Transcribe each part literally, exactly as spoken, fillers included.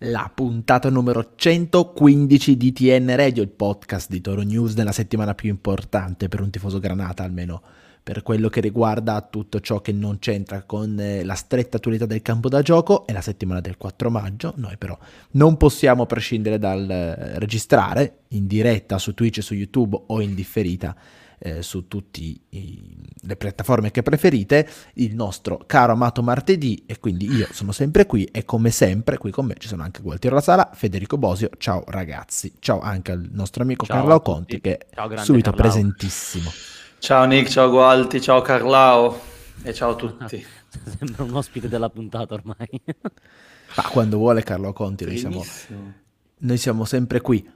la puntata numero centoquindici di T N Radio, il podcast di Toro News nella settimana più importante per un tifoso granata, almeno per quello che riguarda tutto ciò che non c'entra con la stretta attualità del campo da gioco. È la settimana del quattro maggio, noi però non possiamo prescindere dal registrare in diretta su Twitch, su YouTube o in differita eh, su tutte le piattaforme che preferite il nostro caro amato martedì, e quindi io sono sempre qui e come sempre qui con me ci sono anche Gualtiero La Sala, Federico Bosio, ciao ragazzi, ciao anche al nostro amico Ciao Carlo a tutti. Conti che Ciao, è grande subito Carlau. presentissimo. Ciao Nick, ciao Gualti, ciao Carlao e ciao a tutti. Sembra un ospite della puntata ormai. Ma quando vuole Carlo Conti, noi siamo, noi siamo sempre qui.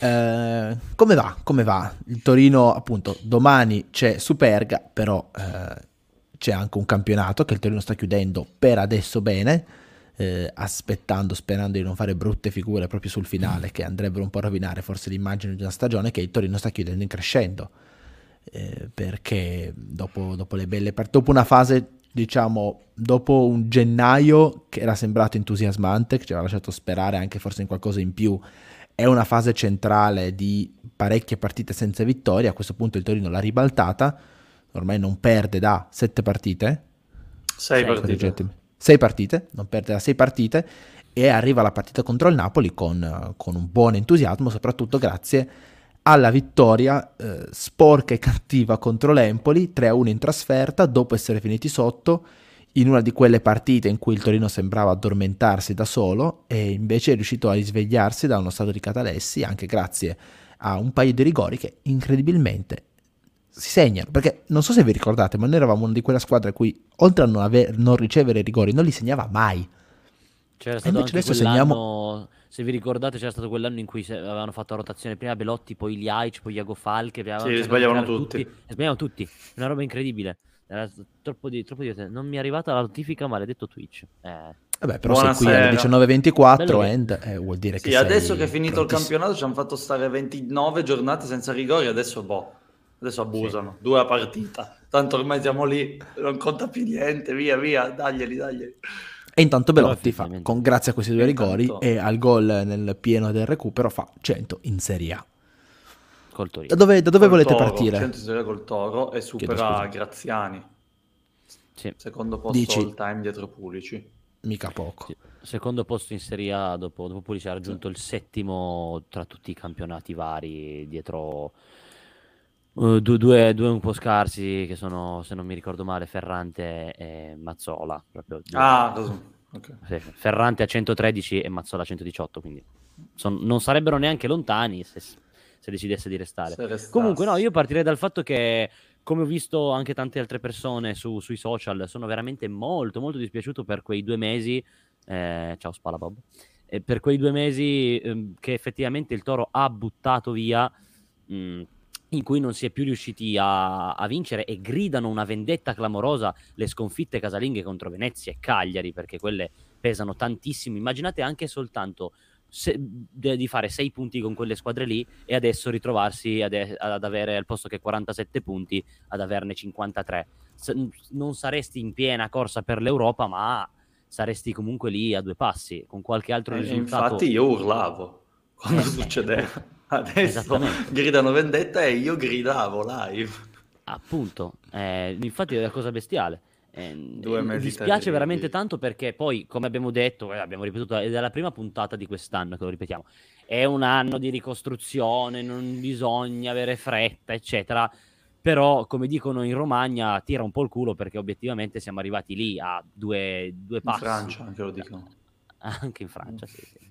Eh, come va? Come va? Il Torino, appunto, domani c'è Superga, però eh, c'è anche un campionato che il Torino sta chiudendo per adesso bene, eh, aspettando, sperando di non fare brutte figure proprio sul finale, che andrebbero un po' a rovinare forse l'immagine di una stagione che il Torino sta chiudendo in crescendo. Eh, perché dopo, dopo le belle partite, dopo una fase, diciamo, dopo un gennaio che era sembrato entusiasmante, che ci aveva lasciato sperare anche forse in qualcosa in più, è una fase centrale di parecchie partite senza vittoria. A questo punto il Torino l'ha ribaltata, ormai non perde da sette partite, sei partite, sei partite, non perde da sei partite, e arriva la partita contro il Napoli con, con un buon entusiasmo, soprattutto grazie alla vittoria eh, sporca e cattiva contro l'Empoli, tre a uno in trasferta, dopo essere finiti sotto, in una di quelle partite in cui il Torino sembrava addormentarsi da solo, e invece è riuscito a risvegliarsi da uno stato di catalessi, anche grazie a un paio di rigori che incredibilmente si segnano, perché non so se vi ricordate, ma noi eravamo una di quella squadra a cui, oltre a non, aver, non ricevere rigori, non li segnava mai. C'era stato invece anche adesso quell'anno, segniamo... se vi ricordate, c'era stato quell'anno in cui avevano fatto la rotazione prima Belotti, poi Liaic, poi Iago Falche, sì, sbagliavano tutti. tutti. Sbagliavano tutti, una roba incredibile. Era troppo di, troppo di... Non mi è arrivata la notifica, maledetto Twitch. Eh. Vabbè, però Buonasera. sei qui alle diciannove e ventiquattro and, eh, vuol dire sì, che adesso sei che è finito prontissimo. il campionato ci hanno fatto stare ventinove giornate senza rigori, adesso boh, adesso abusano, sì. Due a partita, tanto ormai siamo lì, non conta più niente, via via, daglieli, daglieli. E intanto Belotti fa, con, grazie a questi due rigori intanto... e al gol nel pieno del recupero, fa cento in Serie A. Col Torino. Da dove, da dove volete Toro, partire? cento in Serie A col Toro e supera Graziani. Sì. Secondo posto Dici, all time dietro Pulici. Mica poco. Sì. Secondo posto in Serie A dopo, dopo Pulici ha raggiunto sì. il settimo tra tutti i campionati vari, dietro uh, due, due, due un po' scarsi che sono, se non mi ricordo male, Ferrante e Mazzola. Proprio due. Ah, così. Okay. Sì, Ferrante a centotredici e Mazzola a centodiciotto, quindi son, non sarebbero neanche lontani se, se decidesse di restare. Comunque no, io partirei dal fatto che, come ho visto anche tante altre persone su, sui social, sono veramente molto molto dispiaciuto per quei due mesi, eh, ciao Spalabob, eh, per quei due mesi eh, che effettivamente il Toro ha buttato via, mh, in cui non si è più riusciti a, a vincere, e gridano una vendetta clamorosa le sconfitte casalinghe contro Venezia e Cagliari, perché quelle pesano tantissimo. Immaginate anche soltanto se, de, di fare sei punti con quelle squadre lì e adesso ritrovarsi ad, ad avere, al posto che quarantasette punti, ad averne cinquantatré. Se, non saresti in piena corsa per l'Europa, ma saresti comunque lì a due passi, con qualche altro eh, risultato. Infatti io urlavo quando eh, succedeva. Adesso gridano vendetta e io gridavo live. Appunto, eh, infatti è una cosa bestiale. Eh, mi dispiace veramente tanto, perché poi, come abbiamo detto, eh, abbiamo ripetuto, è dalla prima puntata di quest'anno che lo ripetiamo, è un anno di ricostruzione, non bisogna avere fretta, eccetera. Però, come dicono in Romagna, tira un po' il culo, perché obiettivamente siamo arrivati lì a due, due passi. In Francia anche lo dicono. Anche in Francia, sì, sì.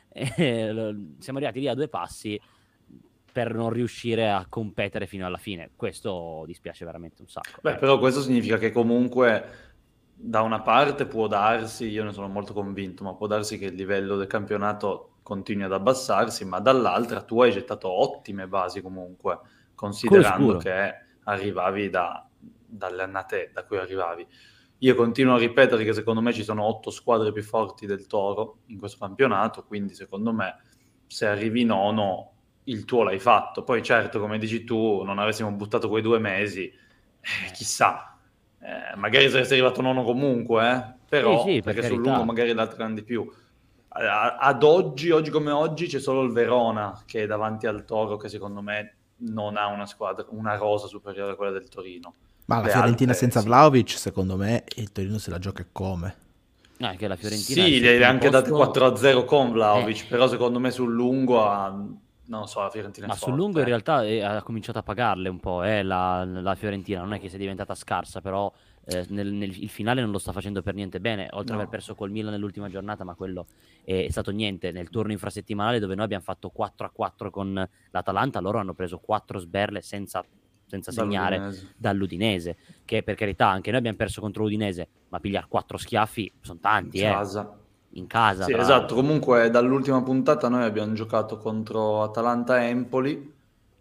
E, siamo arrivati lì a due passi per non riuscire a competere fino alla fine. Questo dispiace veramente un sacco. Beh, però questo significa che comunque da una parte può darsi, io ne sono molto convinto, ma può darsi che il livello del campionato continui ad abbassarsi, ma dall'altra tu hai gettato ottime basi comunque, considerando che arrivavi da, dalle annate da cui arrivavi. Io continuo a ripetere che secondo me ci sono otto squadre più forti del Toro in questo campionato, quindi secondo me se arrivi nono il tuo l'hai fatto. Poi certo, come dici tu, non avessimo buttato quei due mesi, eh, chissà, eh, magari saresti arrivato nono comunque, eh? Però, sì, sì, perché per sul lungo magari l'altro erano di più. ad oggi, oggi come oggi, c'è solo il Verona che è davanti al Toro, che secondo me non ha una squadra, una rosa superiore a quella del Torino. Ma la Le Fiorentina altre, senza sì. Vlahovic, secondo me, il Torino se la gioca come? No, è che la Fiorentina Sì, le ha anche date quattro a zero con Vlahovic, eh. però secondo me sul lungo ha... non so, la Fiorentina Ma è sul forte. lungo in realtà eh, ha cominciato a pagarle un po', eh, la, la Fiorentina, non è che sia diventata scarsa, però eh, nel, nel il finale non lo sta facendo per niente bene, oltre ad No. aver perso col Milan nell'ultima giornata, ma quello è, è stato niente. Nel turno infrasettimanale dove noi abbiamo fatto quattro a quattro con l'Atalanta, loro hanno preso quattro sberle senza, senza segnare Dall'Udinese. dall'Udinese, che per carità anche noi abbiamo perso contro l'Udinese, ma pigliare quattro schiaffi sono tanti, In eh. casa. In casa, Sì, tra esatto. l'altro. Comunque dall'ultima puntata noi abbiamo giocato contro Atalanta-Empoli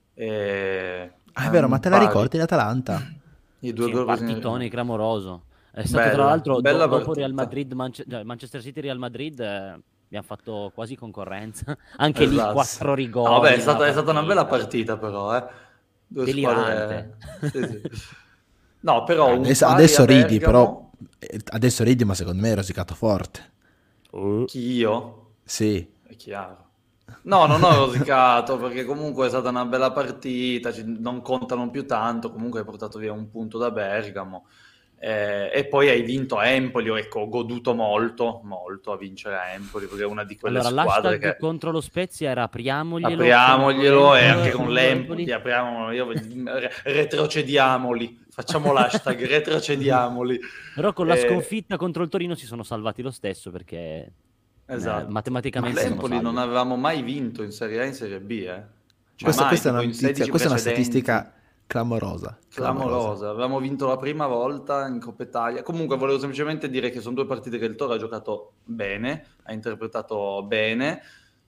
e... Ah, è vero, ma te la pari. ricordi l'Atalanta? I due Sì, un gol così- partitone clamoroso. È stato tra Bella, l'altro do- bella dopo Real partita. Madrid, Manche- cioè, Manchester City Real Madrid eh, abbiamo fatto quasi concorrenza. Anche lì Esatto. quattro rigori. No, vabbè, è in stata, una è stata una bella partita. partita però, eh. Due Delirante. squadre... Sì, sì. No, però un Adesso, pari adesso a ridi, però Bergamo... eh, adesso ridi, ma secondo me hai rosicato forte. Uh. Chi io? Sì. È chiaro. No, non ho rosicato perché comunque è stata una bella partita, ci- non contano più tanto, comunque hai portato via un punto da Bergamo eh, e poi hai vinto a Empoli, ho- ecco, ho goduto molto, molto a vincere a Empoli perché è una di quelle Allora, squadre l'hashtag che contro lo Spezia era apriamoglielo apriamoglielo e anche contro con l'Empoli. l'Empoli, apriamolo, io, re- retrocediamoli, facciamo l'hashtag, retrocediamoli. Però con la Eh, sconfitta contro il Torino si sono salvati lo stesso perché eh, Esatto. Ma matematicamente sono l'Empoli non salvi. avevamo mai vinto in Serie A e in Serie B, eh? Cioè Questa, mai, questa è tipo una in notizia, sedici questa è una precedenti. statistica clamorosa. Clamorosa. Clamorosa. Avevamo vinto la prima volta in Coppa Italia. Comunque volevo semplicemente dire che sono due partite che il Toro ha giocato bene, ha interpretato bene,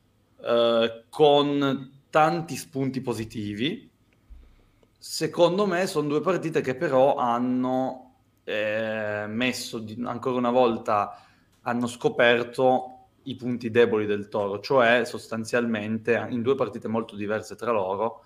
eh, con tanti spunti positivi. Secondo me sono due partite che però hanno eh, messo di- ancora una volta, hanno scoperto i punti deboli del Toro, cioè sostanzialmente in due partite molto diverse tra loro,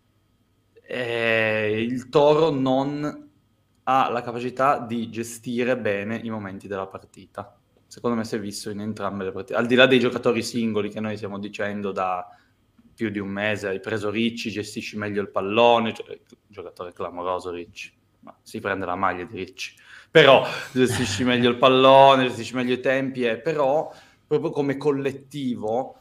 eh, il Toro non ha la capacità di gestire bene i momenti della partita. Secondo me si è visto in entrambe le partite, al di là dei giocatori singoli che noi stiamo dicendo da più di un mese, hai preso Ricci, gestisci meglio il pallone, cioè, giocatore clamoroso Ricci, ma si prende la maglia di Ricci, però gestisci meglio il pallone, gestisci meglio i tempi, eh, però proprio come collettivo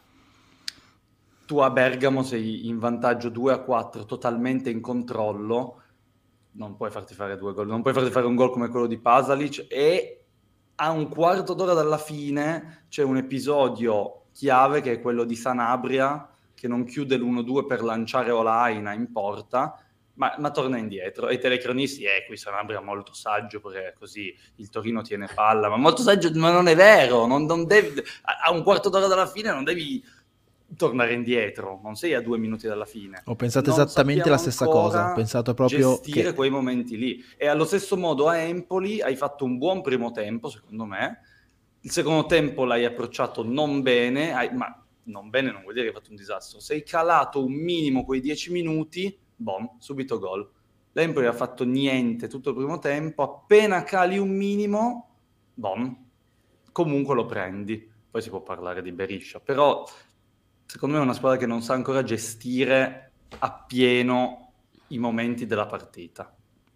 tu a Bergamo sei in vantaggio due a quattro, totalmente in controllo, non puoi farti fare due gol, non puoi farti fare un gol come quello di Pasalic, e a un quarto d'ora dalla fine c'è un episodio chiave che è quello di Sanabria che non chiude l'uno due per lanciare Olaina in porta, ma, ma torna indietro. E i telecronisti, eh, qui Sanabria molto saggio perché così il Torino tiene palla, ma molto saggio, ma non è vero, non, non devi, a, a un quarto d'ora dalla fine non devi tornare indietro, non sei a due minuti dalla fine. Ho pensato Non esattamente la sappiamo stessa ancora cosa, ho pensato proprio gestire che... quei momenti lì. E allo stesso modo a Empoli hai fatto un buon primo tempo, secondo me. Il secondo tempo l'hai approcciato non bene, hai, ma non bene non vuol dire che hai fatto un disastro. Sei calato un minimo quei dieci minuti, boom, subito gol. L'Empoli ha fatto niente tutto il primo tempo, appena cali un minimo, boom, comunque lo prendi. Poi si può parlare di Beriscia, però secondo me è una squadra che non sa ancora gestire appieno i momenti della partita.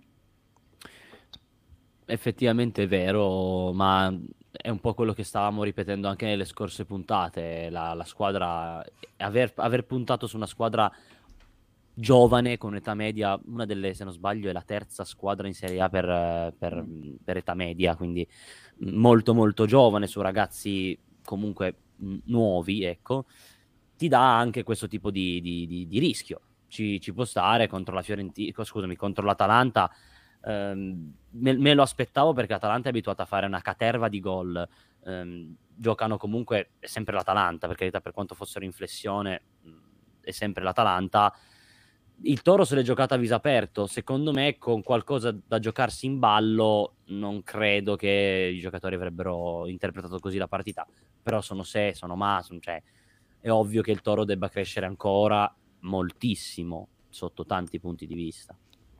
Effettivamente è vero, ma è un po' quello che stavamo ripetendo anche nelle scorse puntate. La, la squadra, aver, aver puntato su una squadra giovane con età media, una delle, se non sbaglio, è la terza squadra in Serie A per, per, per età media, quindi molto molto giovane, su ragazzi comunque nuovi, ecco, ti dà anche questo tipo di, di, di, di rischio. Ci, ci può stare contro la Fiorentina, scusami, contro l'Atalanta. Um, me, me lo aspettavo perché l'Atalanta è abituata a fare una caterva di gol, um, giocano comunque, è sempre l'Atalanta, per carità, per quanto fossero in flessione è sempre l'Atalanta. Il Toro se l'è giocata a viso aperto, secondo me con qualcosa da giocarsi in ballo non credo che i giocatori avrebbero interpretato così la partita, però sono se, sono ma, sono, cioè, è ovvio che il Toro debba crescere ancora moltissimo sotto tanti punti di vista.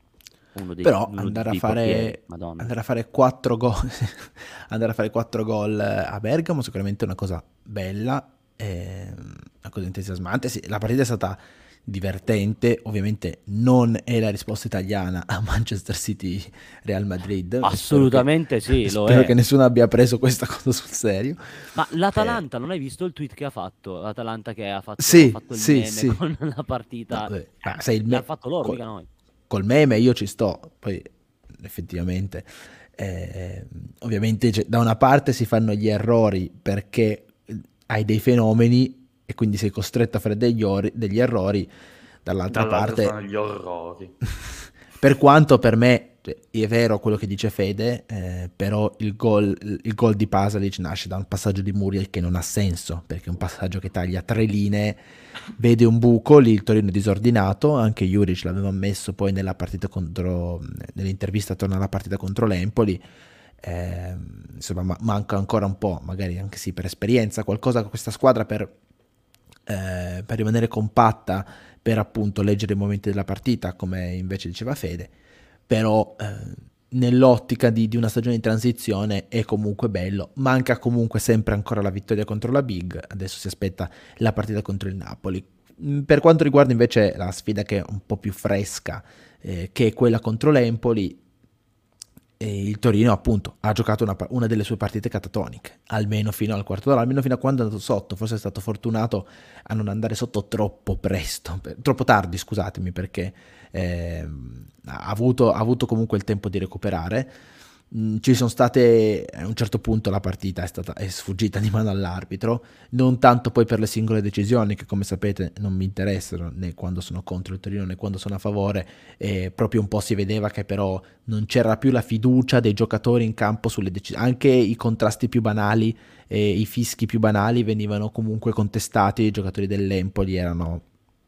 uno dei, Però uno andare a dei fare portieri, Madonna. andare a fare quattro gol andare a fare quattro gol a Bergamo sicuramente è una cosa bella, eh, una cosa entusiasmante. Sì, la partita è stata divertente, ovviamente non è la risposta italiana a Manchester City Real Madrid. Assolutamente spero che, sì, lo spero è. che nessuno abbia preso questa cosa sul serio. Ma Eh, l'Atalanta, non hai visto il tweet che ha fatto? L'Atalanta che ha fatto, ha sì, fatto il sì, meme sì. con la No, partita. vabbè, ma Eh, sei il l'hanno me- fatto loro, col, mica noi. col meme io ci sto, poi effettivamente eh, ovviamente cioè, da una parte si fanno gli errori perché hai dei fenomeni e quindi sei costretto a fare degli, ori- degli errori, dall'altra Dall'altro parte stanno gli orrori. per quanto per me cioè, è vero quello che dice Fede, eh, però il gol, il gol di Pasalic nasce da un passaggio di Muriel che non ha senso, perché è un passaggio che taglia tre linee, vede un buco, lì il Torino è disordinato, anche Juric l'aveva ammesso poi nella partita contro, nell'intervista attorno alla partita contro l'Empoli. Eh, insomma ma- manca ancora un po', magari anche sì per esperienza, qualcosa con questa squadra per, eh, per rimanere compatta, per appunto leggere i momenti della partita, come invece diceva Fede, però eh, nell'ottica di, di una stagione di transizione è comunque bello. Manca comunque sempre ancora la vittoria contro la Big, adesso si aspetta la partita contro il Napoli. Per quanto riguarda invece la sfida che è un po' più fresca, eh, che è quella contro l'Empoli, e il Torino appunto ha giocato una, una delle sue partite catatoniche, almeno fino al quarto d'ora, almeno fino a quando è andato sotto. Forse è stato fortunato a non andare sotto troppo presto, per, troppo tardi scusatemi, perché eh, ha, avuto, ha avuto comunque il tempo di recuperare. Mm, ci sono state, a un certo punto la partita è, stata, è sfuggita di mano all'arbitro, non tanto poi per le singole decisioni che come sapete non mi interessano né quando sono contro il Torino né quando sono a favore, e proprio un po' si vedeva che però non c'era più la fiducia dei giocatori in campo sulle decisioni, anche i contrasti più banali e i fischi più banali venivano comunque contestati, i giocatori dell'Empoli erano,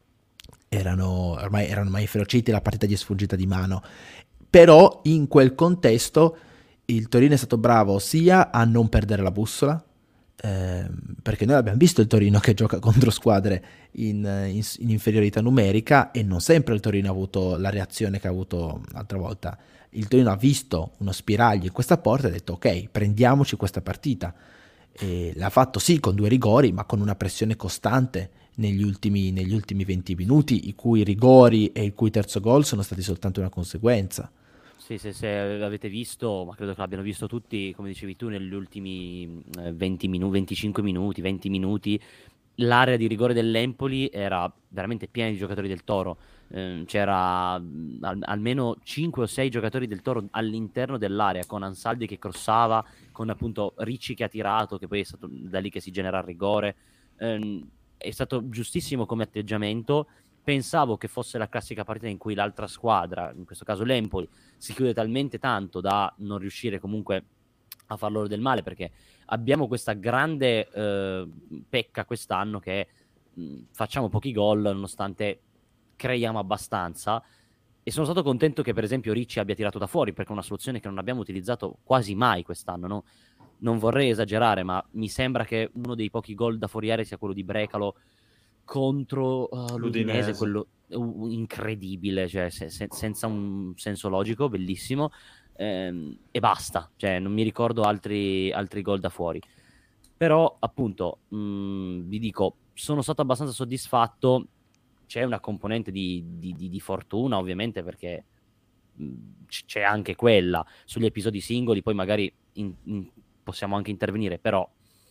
erano ormai erano mai ferociti, la partita gli è sfuggita di mano. Però in quel contesto il Torino è stato bravo sia a non perdere la bussola, eh, perché noi abbiamo visto il Torino che gioca contro squadre in, in, in inferiorità numerica e non sempre il Torino ha avuto la reazione che ha avuto l'altra volta. Il Torino ha visto uno spiraglio in questa porta e ha detto ok, prendiamoci questa partita. E l'ha fatto sì con due rigori, ma con una pressione costante negli ultimi, negli ultimi venti minuti, i cui rigori e il cui terzo gol sono stati soltanto una conseguenza. Sì, se, se avete visto, ma credo che l'abbiano visto tutti, come dicevi tu, negli ultimi eh, venti minu- venticinque minuti, venti minuti, l'area di rigore dell'Empoli era veramente piena di giocatori del Toro. Eh, c'era mh, al- almeno cinque o sei giocatori del Toro all'interno dell'area, con Ansaldi che crossava, con appunto Ricci che ha tirato, che poi è stato da lì che si genera il rigore. Ehm, è stato giustissimo come atteggiamento. Pensavo che fosse la classica partita in cui l'altra squadra, in questo caso l'Empoli, si chiude talmente tanto da non riuscire comunque a far loro del male, perché abbiamo questa grande eh, pecca quest'anno che mh, facciamo pochi gol nonostante creiamo abbastanza. E sono stato contento che per esempio Ricci abbia tirato da fuori, perché è una soluzione che non abbiamo utilizzato quasi mai quest'anno, no? Non vorrei esagerare, ma mi sembra che uno dei pochi gol da fuori area sia quello di Brecalo contro uh, l'Udinese, L'Udinese. quello uh, incredibile, cioè se, se, senza un senso logico, bellissimo, ehm, e basta, cioè non mi ricordo altri, altri gol da fuori. Però appunto mh, vi dico, sono stato abbastanza soddisfatto. C'è una componente di, di, di, di fortuna ovviamente, perché mh, c- c'è anche quella sugli episodi singoli, poi magari in, in, possiamo anche intervenire, però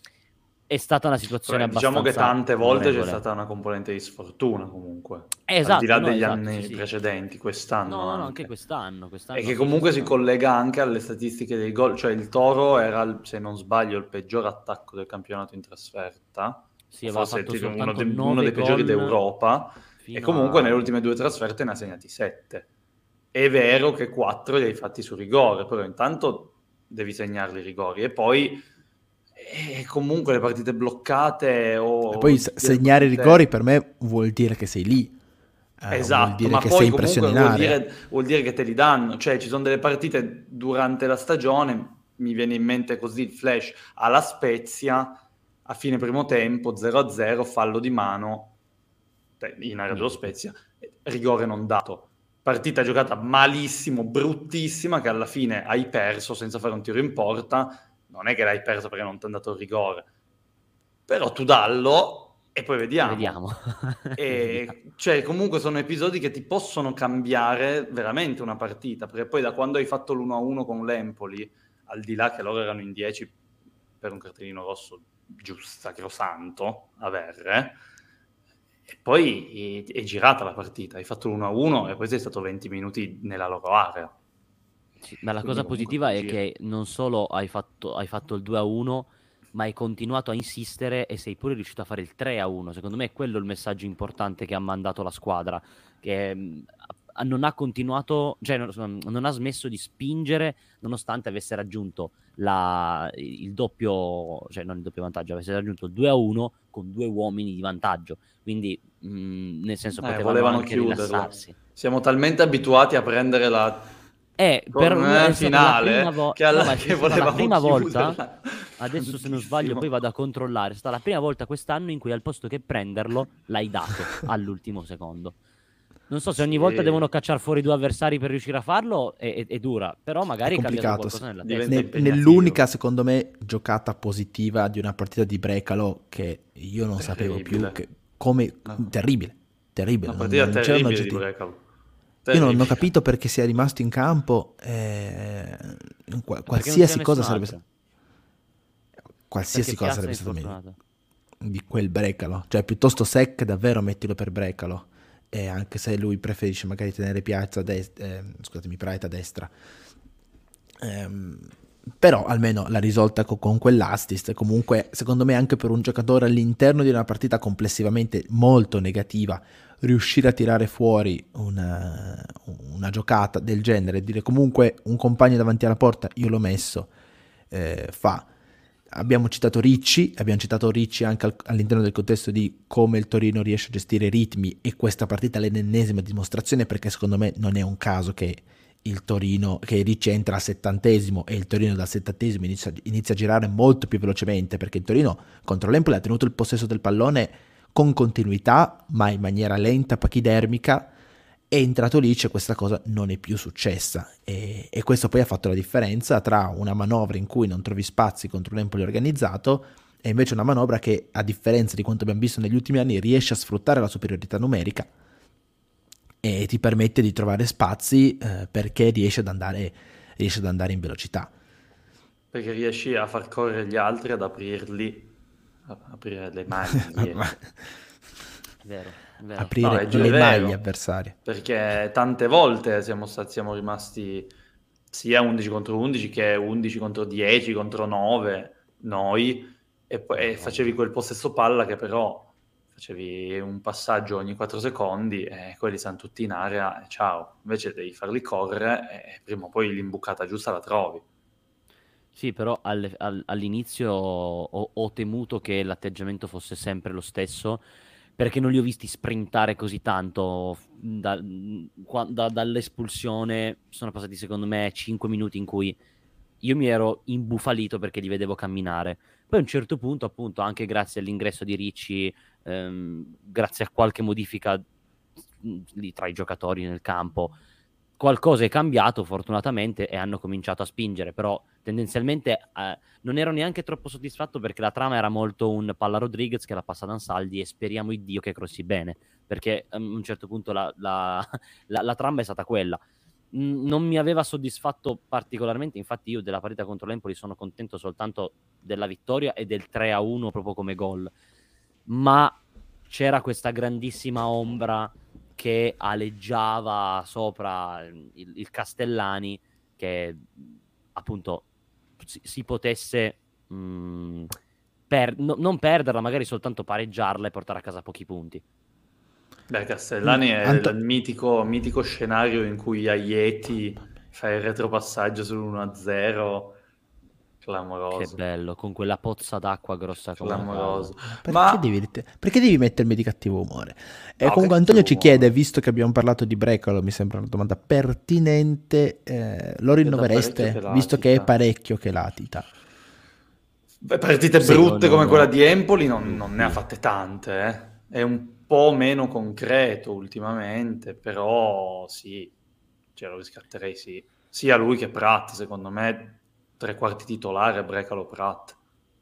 è stata una situazione Beh, diciamo che abbastanza tante volte c'è onorevole. stata una componente di sfortuna comunque, Eh, al di là esatto, no, degli esatto, sì, anni sì. precedenti, quest'anno No, no, no, anche anche. quest'anno, E quest'anno che sì, c'è comunque si stata... collega anche alle statistiche dei gol, cioè il Toro era, se non sbaglio, il peggior attacco del campionato in trasferta, Sì, o aveva forse fatto tipo uno, soltanto de- uno nove dei peggiori gol d'Europa, e fino comunque nelle a... ultime due trasferte ne ha segnati sette. È vero che quattro li hai fatti su rigore, però intanto devi segnarli i rigori, e poi eh, comunque le partite bloccate E o poi s- delle segnare i rigori partite... per me vuol dire che sei lì, eh, vuol Esatto, dire ma che poi sei in pressione comunque in vuol area. dire, vuol dire che te li danno, cioè ci sono delle partite durante la stagione, mi viene in mente così il flash alla Spezia, a fine primo tempo, zero a zero, fallo di mano in area dello Mm. Spezia, rigore non dato. partita giocata malissimo, bruttissima, che alla fine hai perso senza fare un tiro in porta. Non è che l'hai perso perché non ti è andato il rigore, però tu dallo e poi vediamo. Vediamo. E, cioè, comunque sono episodi che ti possono cambiare veramente una partita, perché poi da quando hai fatto l'uno a uno con l'Empoli, al di là che loro erano in dieci per un cartellino rosso giusto, sacrosanto, a Verre, e poi è, è girata la partita, hai fatto l'uno a uno e poi sei stato venti minuti nella loro area. Sì, ma la cosa positiva è che non solo hai fatto, hai fatto il due a uno, ma hai continuato a insistere e sei pure riuscito a fare il tre a uno. Secondo me è quello il messaggio importante che ha mandato la squadra, che mh, non ha continuato, cioè non, non ha smesso di spingere nonostante avesse raggiunto la, il doppio, cioè non il doppio vantaggio, avesse raggiunto il due a uno con due uomini di vantaggio. Quindi mh, nel senso eh, potevano volevano anche chiuderla. rilassarsi. Siamo talmente abituati a prendere la Eh, per una è stata la prima, finale vo- che, alla, no, ma è che stata la prima volta, chiuderla. adesso se non sbaglio poi vado a controllare, è stata la prima volta quest'anno in cui al posto che prenderlo l'hai dato all'ultimo secondo. Non so se ogni Sì. volta devono cacciare fuori due avversari per riuscire a farlo, è, è, è dura, però magari È complicato. qualcosa nella Diventa testa. Ne- nell'unica, secondo me, giocata positiva di una partita di Brecalo che io non sapevo più che come No. terribile, terribile. Una Non, partita non c'erano terribile di aggettivi. Brecalo. Io non ho capito perché sia rimasto in campo. Eh, in qua- qualsiasi cosa sarebbe stato. Qualsiasi cosa sarebbe stato meglio di quel Brecalo. Cioè, piuttosto Sec, davvero mettilo per Brecalo. E anche se lui preferisce magari tenere Piazza a destra, eh, scusatemi, Praet a destra. Ehm, però almeno l'ha risolta co- con quell'assist. Comunque, secondo me, anche per un giocatore all'interno di una partita complessivamente molto negativa, riuscire a tirare fuori una, una giocata del genere e dire comunque un compagno davanti alla porta io l'ho messo, eh, fa. Abbiamo citato Ricci, abbiamo citato Ricci anche al, all'interno del contesto di come il Torino riesce a gestire i ritmi, e questa partita è l'ennesima dimostrazione, perché secondo me non è un caso che il Torino, che Ricci entra al settantesimo e il Torino dal settantesimo inizia, inizia a girare molto più velocemente, perché il Torino contro l'Empoli ha tenuto il possesso del pallone con continuità ma in maniera lenta, pachidermica. È entrato lì, c'è questa cosa non è più successa, e, e questo poi ha fatto la differenza tra una manovra in cui non trovi spazi contro l'Empoli organizzato e invece una manovra che, a differenza di quanto abbiamo visto negli ultimi anni, riesce a sfruttare la superiorità numerica e ti permette di trovare spazi, eh, perché riesce ad andare riesce ad andare in velocità, perché riesci a far correre gli altri, ad aprirli, a aprire le mani. Vero, vero. aprire No, le vero, maglie avversarie, perché tante volte siamo stati siamo rimasti sia undici contro undici che undici contro dieci contro nove noi, e poi e facevi quel possesso palla che però facevi un passaggio ogni quattro secondi e quelli stanno tutti in area e ciao. Invece devi farli correre e prima o poi l'imbucata giusta la trovi. Sì, però al- al- all'inizio ho, ho temuto che l'atteggiamento fosse sempre lo stesso, perché non li ho visti sprintare così tanto. Da- qua- da- dall'espulsione sono passati secondo me cinque minuti in cui io mi ero imbufalito perché li vedevo camminare. Poi a un certo punto, appunto, anche grazie all'ingresso di Ricci, ehm, grazie a qualche modifica mh, lì tra i giocatori nel campo, qualcosa è cambiato fortunatamente e hanno cominciato a spingere, però tendenzialmente eh, non ero neanche troppo soddisfatto, perché la trama era molto un palla Rodriguez che la passa ad Ansaldi e speriamo in Dio che crossi bene, perché a un certo punto la, la, la, la trama è stata quella. Mm, non mi aveva soddisfatto particolarmente, infatti io della partita contro l'Empoli sono contento soltanto della vittoria e del tre a uno proprio come gol, ma c'era questa grandissima ombra che aleggiava sopra il, il Castellani, che appunto si, si potesse mh, per, no, non perderla, magari soltanto pareggiarla e portare a casa pochi punti. Beh, Castellani è Anto- il mitico, mitico scenario in cui Aieti fa il retropassaggio sull'uno a zero, clamoroso. Che bello, con quella pozza d'acqua grossa come una Clamoroso. casa. perché, Ma devi, perché devi mettermi di cattivo umore? E No, comunque che Antonio ci cattivo umore. chiede, visto che abbiamo parlato di Brecalo, mi sembra una domanda pertinente, eh, lo È da rinnovereste, parecchio che visto che è latita. parecchio che latita? Beh, partite Sì, brutte no, come no. quella di Empoli non, non ne ha fatte tante, eh. È un po' meno concreto ultimamente, però sì, cioè lo riscatterei sì. Sia lui che Pratt, secondo me, tre quarti titolare, Brecalo Pratt.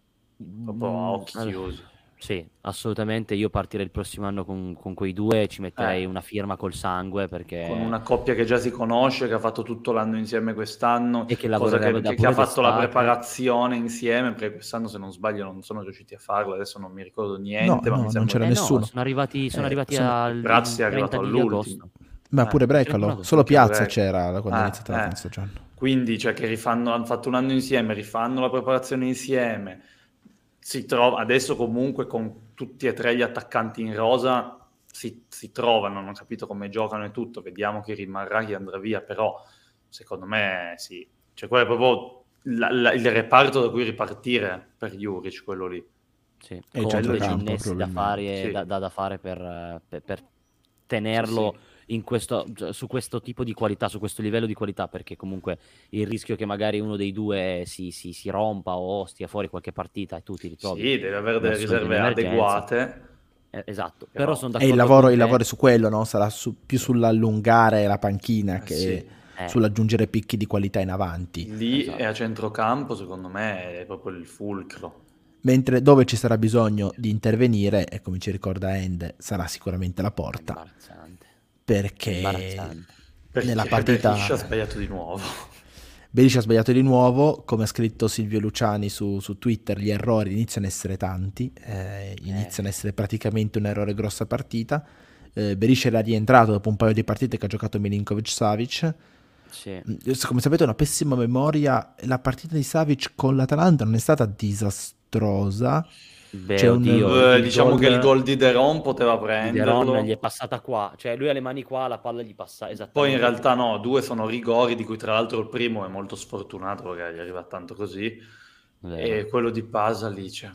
Proprio a occhi Mm, chiusi. Sì, assolutamente. Io partirei il prossimo anno con, con quei due, ci metterei Eh. una firma col sangue perché... Con una coppia che già si conosce, che ha fatto tutto l'anno insieme quest'anno, E che cosa lavorerà che, da che- che ha pure fatto la d'estate. preparazione insieme, perché quest'anno, se non sbaglio, non sono riusciti a farlo, adesso non mi ricordo No, niente, ma no, mi non sembra c'era Eh che no, nessuno. sono arrivati, sono Eh, arrivati sono- al il Brazzi è il trenta arrivato di all'ultimo. agosto. Ma Eh, pure Brecalo, Fortunato. solo anche Piazza Brecalo. c'era quando è Eh, iniziata la eh. prima stagione. Quindi, cioè, che rifanno, hanno fatto un anno insieme, rifanno la preparazione insieme, si trova, adesso comunque con tutti e tre gli attaccanti in rosa si, si trovano, non ho capito come giocano e tutto, vediamo chi rimarrà, chi andrà via, però secondo me sì, cioè quello è proprio la, la, il reparto da cui ripartire per Juric, quello lì. Sì, E il con dei centrocampo, innessi da probabilmente. fare, Sì. da, da- da fare per, per- per Sì, tenerlo sì. in questo, su questo tipo di qualità, su questo livello di qualità, perché comunque il rischio che magari uno dei due si, si- si rompa o stia fuori qualche partita e tu ti ritrovi Sì, deve avere da delle solo in riserve emergenza. adeguate, Eh, esatto, però però sono E il d'accordo lavoro, con il te. lavoro è su quello, no? Sarà su- più sull'allungare la panchina eh, che sì. Eh, sull'aggiungere picchi di qualità in avanti. Lì esatto. e a centrocampo, secondo me, è proprio il fulcro. Mentre dove ci sarà bisogno di intervenire, e come ci ricorda End, sarà sicuramente la È porta, imbarazzante. È perché imbarazzante. nella Perché Berisha ha partita sbagliato di nuovo. Berisha ha sbagliato di nuovo, come ha scritto Silvio Luciani su, su Twitter, gli errori iniziano a essere tanti, eh, iniziano a essere praticamente un errore grosso a partita. Eh, Berisha era rientrato dopo un paio di partite che ha giocato Milinkovic-Savic. Sì. Come sapete ho una pessima memoria, la partita di Savic con l'Atalanta non è stata disastrosa. Beh, C'è un... oddio, Eh, il diciamo gol che il gol di De Ron poteva di De Ron gli è prenderlo. passata qua, cioè lui ha le mani qua, la palla gli passa Poi in esattamente realtà qua. no, due sono rigori, di cui tra l'altro il primo è molto sfortunato perché gli arriva tanto così, Vero. e quello di Pasalic, cioè,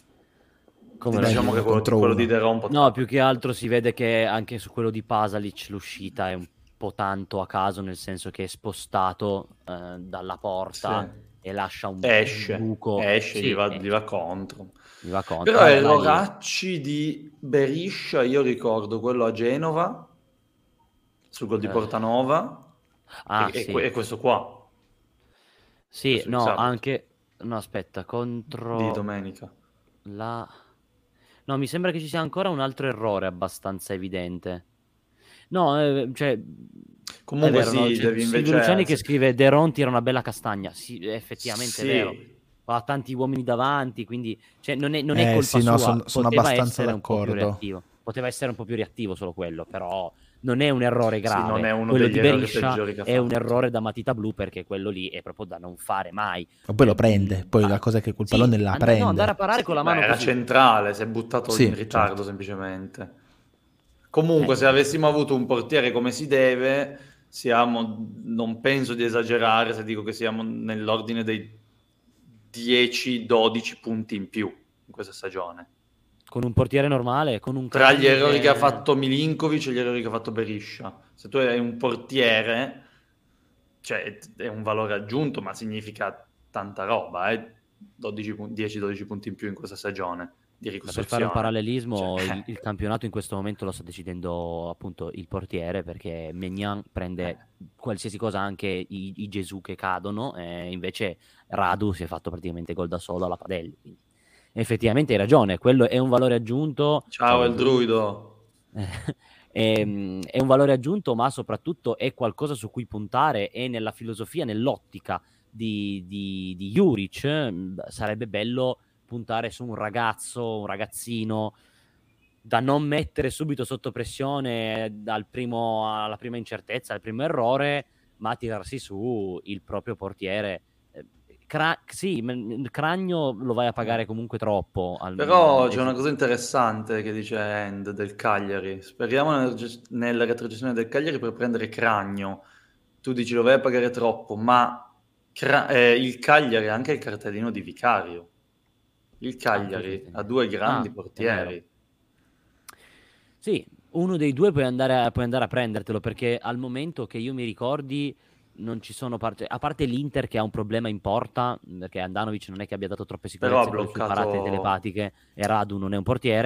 Come Beh, diciamo uno che quello, contro quello uno. di De Ron poteva... No, più che altro si vede che anche su quello di Pasalic l'uscita è un po' tanto a caso, nel senso che è spostato eh, dalla porta Sì. e lascia un Esce, buco. esce, Sì, gli va, gli esce, va contro. gli va contro. Però Vabbè, ma lì... erroracci di Beriscia, io ricordo quello a Genova, sul gol di eh, Portanova, Ah, e, e que- sì. e questo qua, Sì, questo di no, sabato, anche... No, aspetta, di contro domenica. la... No, mi sembra che ci sia ancora un altro errore abbastanza evidente. No, eh, cioè... È Comunque vero, no? sì, C'è devi Silvio Luciani invece... che scrive De Ron tira una bella castagna. Sì, effettivamente è vero. Sì, Ha tanti uomini davanti, quindi cioè, non è, non è Eh colpa sì, no, sua. son- sono Poteva abbastanza essere un po' più d'accordo. reattivo. Poteva essere un po' più reattivo solo quello, però non è un errore sì, non grave. è uno Quello degli di errori Beriscia peggiori che ha è un fatto. errore da matita blu perché quello lì è proprio da non fare mai. Ma poi lo Eh, prende, mh, poi la ah, cosa è che quel sì, pallone la and- no, andare a prende. parare con Sì, la beh, mano era così. centrale, si è buttato in Sì, ritardo certo. semplicemente. Eh, Comunque, se sì. avessimo avuto un portiere come si deve, siamo, non penso di esagerare se dico che siamo nell'ordine dei dieci dodici punti in più in questa stagione. Con un portiere normale, con un Tra gli Cragno errori che ha che... fatto Milinkovic e gli errori che ha fatto Beriscia. Se tu hai un portiere, cioè è un valore aggiunto, ma significa tanta roba, eh? dodici, dieci dodici punti in più in questa stagione di Per fare un ricostruzione. parallelismo, Cioè, il, il campionato in questo momento lo sta decidendo appunto il portiere perché Maignan prende eh. qualsiasi cosa, anche i, i Gesù che cadono, e invece Radu si è fatto praticamente gol da solo alla Padelli. Quindi, effettivamente hai ragione, quello è un valore aggiunto. Ciao il druido. è, è un valore aggiunto, ma soprattutto è qualcosa su cui puntare, e nella filosofia, nell'ottica di, di, di Juric sarebbe bello puntare su un ragazzo, un ragazzino da non mettere subito sotto pressione dal primo, alla prima incertezza, al primo errore, ma tirarsi su il proprio portiere. Cra- sì, il Cragno lo vai a pagare comunque troppo. Al, Però c'è es- una cosa interessante che dice End del Cagliari. Speriamo nella, nella retrocessione del Cagliari per prendere Cragno. Tu dici lo vai a pagare troppo, ma Cra- eh, il Cagliari ha anche il cartellino di Vicario. Il Cagliari ha due grandi ah, portieri. Sì, uno dei due puoi andare, a, puoi andare a prendertelo, perché al momento che io mi ricordi non ci sono parte, a parte l'Inter che ha un problema in porta, perché Andanovic non è che abbia dato troppe Però ha sicurezze con le sue parate bloccato... telepatiche e Radu non è un portiere,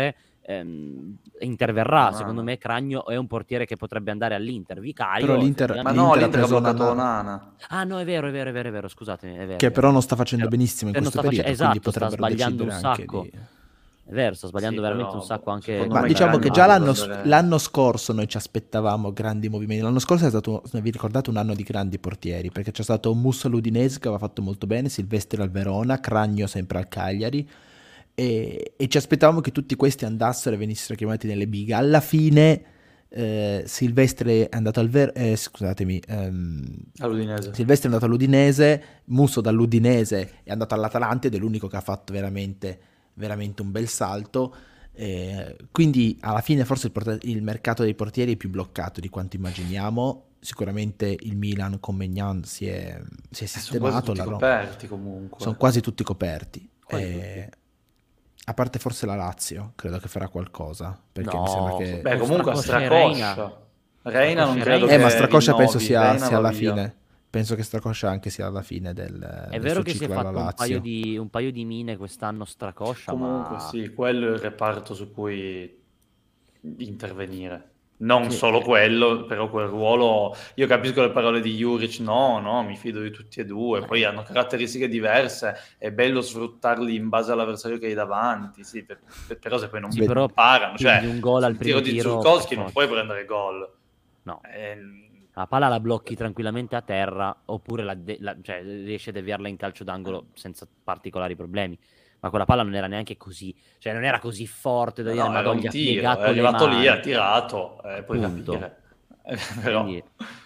ehm, interverrà. Ah, secondo no. me Cragno è un portiere che potrebbe andare all'Inter. Vicario, Però l'Inter, Ma effettivamente- no, l'Inter l'Inter ha preso bloccato Onana, Onana. Ah no, è vero, è vero, è vero, è vero, scusatemi, è vero. che è vero. però non sta facendo Cioè, benissimo in cioè, non questo sta face- periodo, quindi esatto, sta potrebbero sbagliando un decidere anche sacco. di... È vero, sta sbagliando Sì, veramente però, un sacco anche secondo Ma me diciamo che Cragno già l'anno, dovrebbe andare- l'anno scorso noi ci aspettavamo grandi movimenti. L'anno scorso è stato, vi ricordate, un anno di grandi portieri, perché c'è stato Musso all'Udinese che aveva fatto molto bene, Silvestri al Verona, Cragno sempre al Cagliari, e, e ci aspettavamo che tutti questi andassero e venissero chiamati nelle bighe. Alla fine eh, Silvestri è andato al Ver- eh, scusatemi, ehm, all'Udinese. Silvestri è andato all'Udinese, Musso dall'Udinese è andato all'Atalanta ed è l'unico che ha fatto veramente, veramente un bel salto. Eh, quindi alla fine forse il, port- il mercato dei portieri è più bloccato di quanto immaginiamo. Sicuramente il Milan con Maignan si è, si è Eh, sono quasi sistemato, tutti la Ro- coperti comunque. sono quasi tutti coperti. Quasi Eh, a parte forse la Lazio, credo che farà qualcosa, perché mi No, sembra che... Beh, con comunque a Stracoscia e Reina. Stracoscia. Reina non Stracoscia e credo Reina. Eh, che ma Stracoscia penso rinnovi, sia, Reina sia va alla via. fine. Penso che Stracoscia anche sia alla fine del, È del vero suo che si è ciclo alla fatto un paio, Lazio. di, un paio di mine quest'anno Stracoscia, Comunque ma sì, quello è il reparto su cui intervenire. Non Sì. solo quello, però quel ruolo... Io capisco le parole di Juric, no, no, mi fido di tutti e due, poi hanno caratteristiche diverse, è bello sfruttarli in base all'avversario che hai davanti, sì, per- per- però se poi non, sì, Beh, però non parano, cioè prendi un gol al sul tiro primo di tiro, Zurkowski per non forza. puoi prendere gol. No. Eh, La palla la blocchi tranquillamente a terra, oppure la de- la- cioè, riesci a deviarla in calcio d'angolo senza particolari problemi. Ma quella palla non era neanche così, cioè non era così forte da no, dire, no, era Madonna, un gli ha tiro, è piegato le arrivato lì, ha mani. tirato, eh, puoi Appunto. capire. Eh, però... Quindi-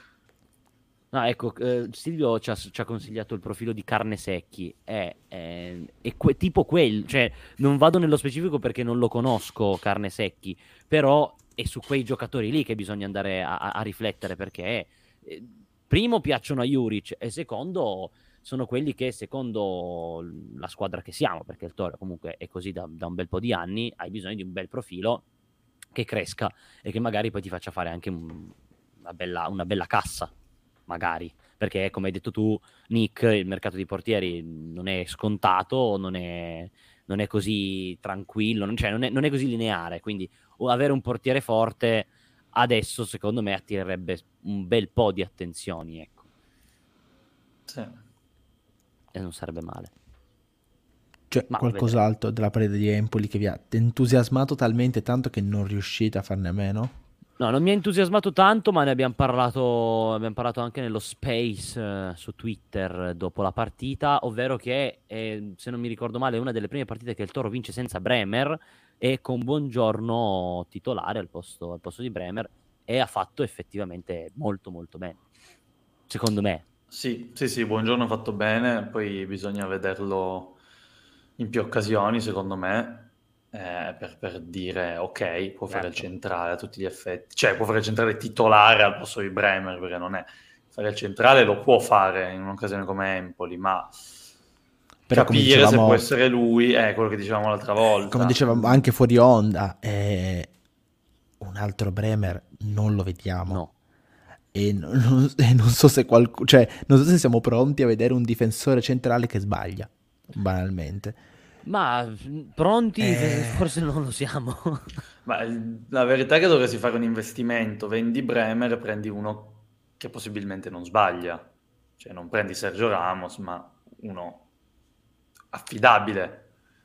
No, ecco, eh, Silvio ci ha, ci ha consigliato il profilo di Carne Secchi, è, è- è que- tipo quel, cioè non vado nello specifico perché non lo conosco Carne Secchi, però è su quei giocatori lì che bisogna andare a, a- a riflettere, perché eh, primo piacciono a Juric e secondo sono quelli che secondo la squadra che siamo, perché il Toro comunque è così da, da un bel po' di anni, hai bisogno di un bel profilo che cresca e che magari poi ti faccia fare anche un- una bella, una bella cassa, magari, perché come hai detto tu, Nick, il mercato dei portieri non è scontato, non è, non è così tranquillo, non, cioè non è, non è così lineare, quindi o avere un portiere forte adesso secondo me attirerebbe un bel po' di attenzioni, ecco, Sì. e non sarebbe male. C'è Ma qualcos'altro della parete di Empoli che vi ha entusiasmato talmente tanto che non riuscite a farne a meno? No, non mi ha entusiasmato tanto, ma ne abbiamo parlato, abbiamo parlato anche nello space eh, su Twitter dopo la partita, ovvero che, eh, se non mi ricordo male, è una delle prime partite che il Toro vince senza Bremer e con Buongiorno titolare al posto, al posto di Bremer, e ha fatto effettivamente molto molto bene, secondo me. Sì, sì, sì, Buongiorno ha fatto bene, poi bisogna vederlo in più occasioni, secondo me, eh, per, per dire ok, può fare il Certo. centrale a tutti gli effetti, cioè può fare il centrale titolare al posto di Bremer, perché non è fare il centrale, lo può fare in un'occasione come Empoli, ma Però come capire se dicevamo- può essere lui è quello che dicevamo l'altra volta. Come dicevamo anche fuori onda, eh, un altro Bremer non lo vediamo. No. E non, non- e non so se qualcuno, cioè, non so se siamo pronti a vedere un difensore centrale che sbaglia, banalmente. Ma mh, pronti Eh. forse non lo siamo. Ma il- la verità è che dovresti fare un investimento, vendi Bremer e prendi uno che possibilmente non sbaglia, cioè non prendi Sergio Ramos, ma uno affidabile.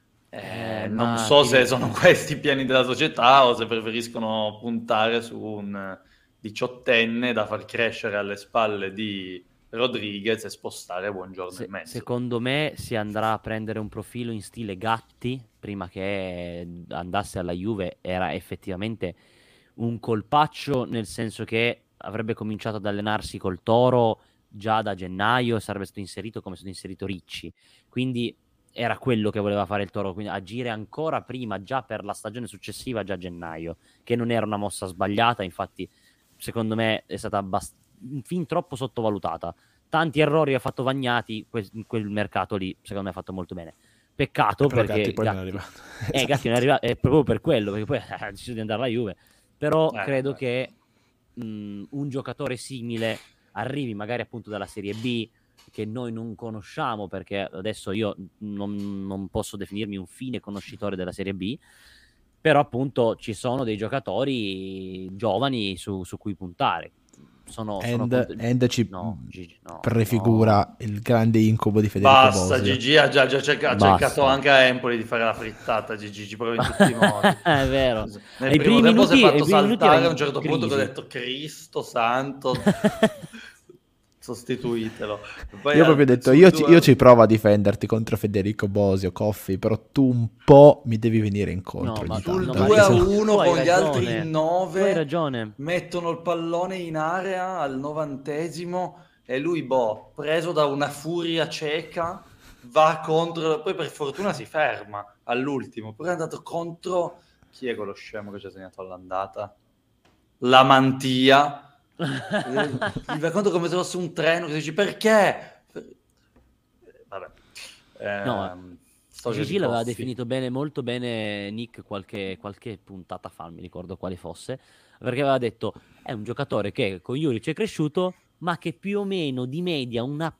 Eh, Eh, non ma so ti- se sono questi i piani della società o se preferiscono puntare su un diciottenne da far crescere alle spalle di Rodriguez e spostare Buongiorno Se- in mezzo. secondo me si andrà a prendere un profilo in stile Gatti prima che andasse alla Juve. Era effettivamente un colpaccio, nel senso che avrebbe cominciato ad allenarsi col Toro già da gennaio e sarebbe stato inserito come è stato inserito Ricci, quindi era quello che voleva fare il Toro, quindi agire ancora prima, già per la stagione successiva, già a gennaio, che non era una mossa sbagliata. Infatti secondo me è stata abbast- fin troppo sottovalutata. Tanti errori ha fatto Vagnati, que- in quel mercato lì secondo me ha fatto molto bene. Peccato Però perché Gatti poi non è Gatti- arrivato. eh, Esatto. Gatti non è arrivato, è proprio per quello, perché poi ha deciso di andare alla Juve. Però Eh, credo eh. che mh, un giocatore simile arrivi magari appunto dalla Serie B, che noi non conosciamo, perché adesso io non, non posso definirmi un fine conoscitore della Serie B, però appunto ci sono dei giocatori giovani su, su cui puntare. Sono, and, sono cont- and ci no, Gigi, no, prefigura no. il grande incubo di Federico Basta, Bosio. Gigi ha già, già cerca- ha cercato anche a Empoli di fare la frittata. Gigi ci prova in tutti i modi. È vero. Nel Ai primo primi tempo minuti, si è fatto ai primi minuti era saltare a in un certo punto che ho crisi. detto Cristo santo, sostituitelo. Poi Io ho proprio al- detto, sul io ci, due- io ci provo a difenderti contro Federico Bosio, Coffi, però tu un po' mi devi venire incontro. No, ma ogni sul tanto, no, ma due perché a io- sennò- uno tu hai con gli ragione. altri in Tu hai nove ragione. mettono il pallone in area al novantesimo e lui, boh, preso da una furia cieca, va contro, poi per fortuna si ferma all'ultimo, però è andato contro, chi è quello scemo che ci ha segnato all'andata? La Mantia. Gli va contro come se fosse un treno, che dici perché? Vabbè. No, Ehm, storia Gigi di l'aveva Coffi. definito bene, molto bene Nick qualche, qualche puntata fa, non mi ricordo quale fosse, perché aveva detto è un giocatore che con Juric è cresciuto, ma che più o meno di media una